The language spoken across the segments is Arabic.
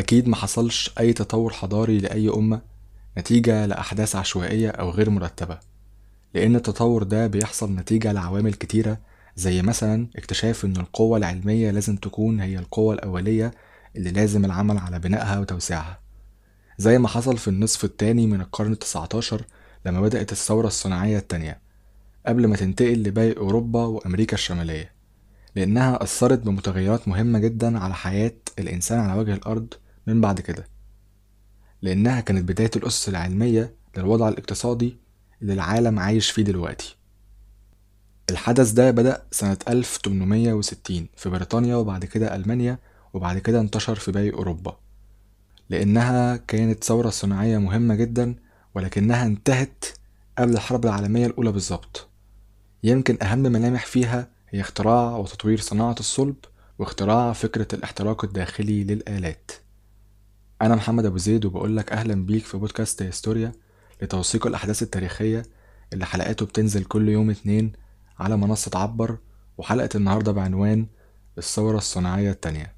أكيد ما حصلش أي تطور حضاري لأي أمة نتيجة لأحداث عشوائية أو غير مرتبة، لأن التطور ده بيحصل نتيجة لعوامل كتيرة، زي مثلا اكتشاف إن القوة العلمية لازم تكون هي القوة الأولية اللي لازم العمل على بنائها وتوسيعها، زي ما حصل في النصف التاني من القرن التسعتاشر لما بدأت الثورة الصناعية التانية قبل ما تنتقل لباقي أوروبا وأمريكا الشمالية، لأنها أثرت بمتغيرات مهمة جدا على حياة الإنسان على وجه الأرض من بعد كده، لأنها كانت بداية الأسس العلمية للوضع الاقتصادي اللي العالم عايش فيه دلوقتي. الحدث ده بدأ سنة 1860 في بريطانيا، وبعد كده ألمانيا، وبعد كده انتشر في باقي أوروبا، لأنها كانت ثورة صناعية مهمة جدا، ولكنها انتهت قبل الحرب العالمية الأولى بالظبط. يمكن أهم ملامح فيها هي اختراع وتطوير صناعة الصلب، واختراع فكرة الاحتراق الداخلي للآلات. أنا محمد أبو زيد، وبقولك أهلا بيك في بودكاست هيستوريا لتوثيق الأحداث التاريخية اللي حلقاته بتنزل كل يوم اتنين على منصة عبر، وحلقة النهاردة بعنوان الثورة الصناعية التانية.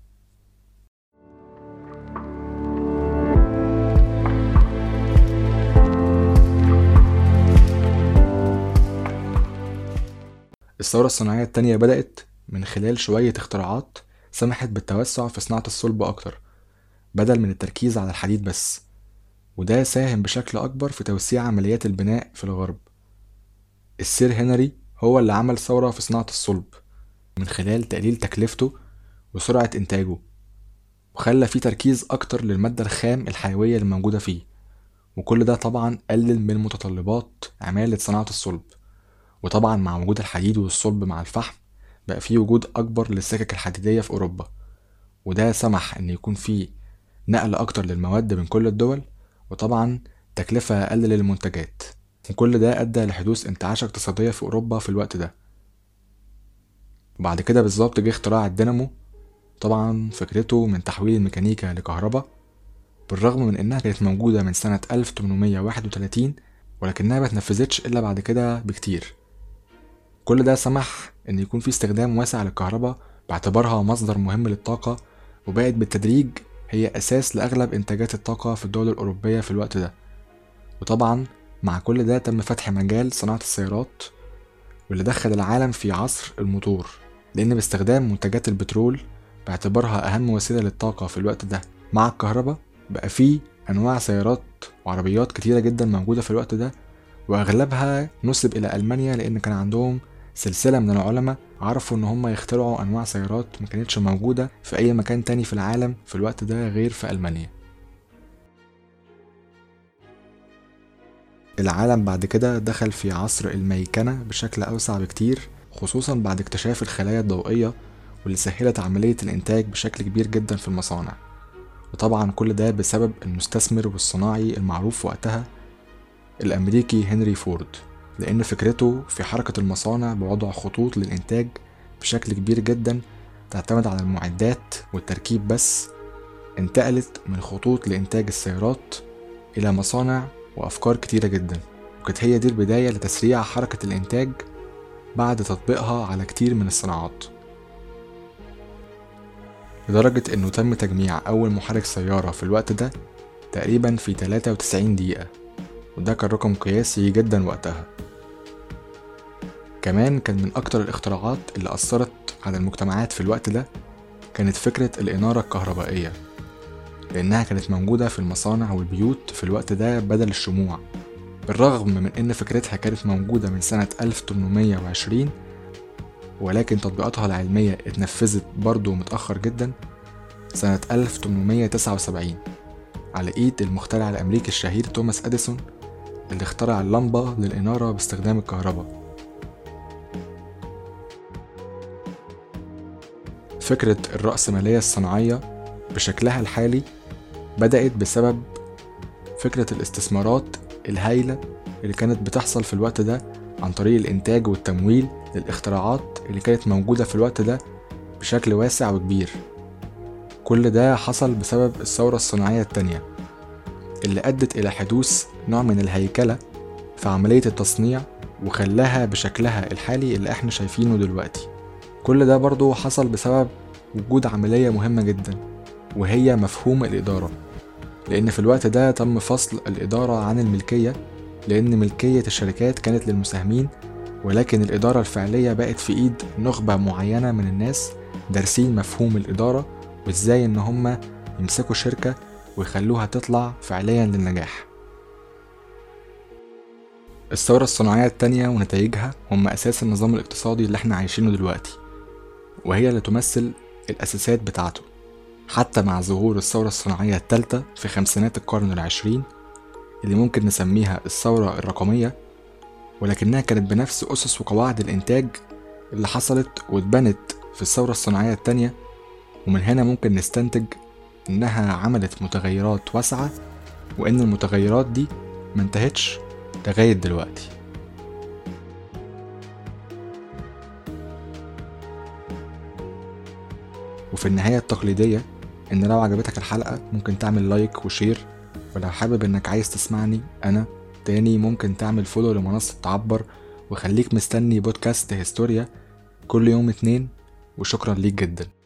الثورة الصناعية التانية بدأت من خلال شوية اختراعات سمحت بالتوسع في صناعة الصلب أكتر بدل من التركيز على الحديد بس، وده ساهم بشكل أكبر في توسيع عمليات البناء في الغرب. السير هنري هو اللي عمل ثورة في صناعة الصلب من خلال تقليل تكلفته وسرعة إنتاجه، وخلى فيه تركيز أكتر للمادة الخام الحيوية اللي موجودة فيه، وكل ده طبعا قلل من متطلبات عمالة صناعة الصلب. وطبعا مع وجود الحديد والصلب مع الفحم بقى فيه وجود أكبر للسكك الحديدية في أوروبا، وده سمح إن يكون فيه نقل أكتر للمواد من كل الدول، وطبعا تكلفة أقل للمنتجات، وكل ده أدى لحدوث انتعاشة اقتصادية في أوروبا في الوقت ده. وبعد كده بالظبط جه اختراع الدينامو، طبعا فكرته من تحويل الميكانيكا لكهرباء، بالرغم من إنها كانت موجودة من سنة 1831 ولكنها ما اتنفذتش إلا بعد كده بكتير. كل ده سمح إن يكون في استخدام واسع للكهرباء باعتبارها مصدر مهم للطاقة، وبقت بالتدريج هي أساس لأغلب إنتاجات الطاقة في الدول الأوروبية في الوقت ده. وطبعا مع كل ده تم فتح مجال صناعة السيارات، واللي دخل العالم في عصر الموتور، لأن باستخدام منتجات البترول باعتبارها أهم وسيلة للطاقة في الوقت ده مع الكهرباء، بقى فيه أنواع سيارات وعربيات كتيرة جدا موجودة في الوقت ده، وأغلبها نسب إلى ألمانيا، لأن كان عندهم سلسلة من العلماء عرفوا إن هم يخترعوا أنواع سيارات ما كانتش موجودة في أي مكان تاني في العالم في الوقت ده غير في ألمانيا. العالم بعد كده دخل في عصر الميكنة بشكل أوسع بكتير، خصوصا بعد اكتشاف الخلايا الضوئية واللي سهلت عملية الإنتاج بشكل كبير جدا في المصانع. وطبعا كل ده بسبب المستثمر والصناعي المعروف وقتها الأمريكي هنري فورد، لأن فكرته في حركة المصانع بوضع خطوط للإنتاج بشكل كبير جدا تعتمد على المعدات والتركيب بس، انتقلت من خطوط لإنتاج السيارات إلى مصانع وأفكار كتيرة جدا، وكانت هي دي البداية لتسريع حركة الإنتاج بعد تطبيقها على كتير من الصناعات، لدرجة إنه تم تجميع أول محرك سيارة في الوقت ده تقريبا في 93 دقيقة، وده كان رقم قياسي جدا وقتها. كمان كان من أكتر الاختراعات اللي أثرت على المجتمعات في الوقت ده كانت فكرة الإنارة الكهربائية، لأنها كانت موجودة في المصانع والبيوت في الوقت ده بدل الشموع، بالرغم من إن فكرتها كانت موجودة من سنة 1820، ولكن تطبيقاتها العلمية اتنفذت برضو متأخر جدا سنة 1879 على إيد المخترع الأمريكي الشهير توماس أديسون، اللي اخترع اللمبة للإنارة باستخدام الكهرباء. فكرة الرأسمالية الصناعية بشكلها الحالي بدأت بسبب فكرة الاستثمارات الهائلة اللي كانت بتحصل في الوقت ده عن طريق الإنتاج والتمويل للاختراعات اللي كانت موجودة في الوقت ده بشكل واسع وكبير. كل ده حصل بسبب الثورة الصناعية التانية اللي أدت إلى حدوث نوع من الهيكلة في عملية التصنيع وخلاها بشكلها الحالي اللي احنا شايفينه دلوقتي. كل ده برضو حصل بسبب وجود عملية مهمة جدا، وهي مفهوم الإدارة، لأن في الوقت ده تم فصل الإدارة عن الملكية، لأن ملكية الشركات كانت للمساهمين، ولكن الإدارة الفعلية بقت في إيد نخبة معينة من الناس دارسين مفهوم الإدارة وإزاي إن هم يمسكوا شركة ويخلوها تطلع فعليا للنجاح. الثورة الصناعية التانية ونتائجها هم أساس النظام الاقتصادي اللي احنا عايشينه دلوقتي، وهي اللي تمثل الأساسات بتاعته. حتى مع ظهور الثورة الصناعية التالتة في خمسينات القرن العشرين اللي ممكن نسميها الثورة الرقمية، ولكنها كانت بنفس أسس وقواعد الإنتاج اللي حصلت واتبنت في الثورة الصناعية التانية. ومن هنا ممكن نستنتج إنها عملت متغيرات واسعة، وإن المتغيرات دي منتهتش لغاية دلوقتي. وفي النهاية التقليدية إن لو عجبتك الحلقة ممكن تعمل لايك وشير، ولو حابب إنك عايز تسمعني أنا تاني ممكن تعمل فولو لمنصة تعبر، وخليك مستني بودكاست هيستوريا كل يوم 2. وشكرا ليك جدا.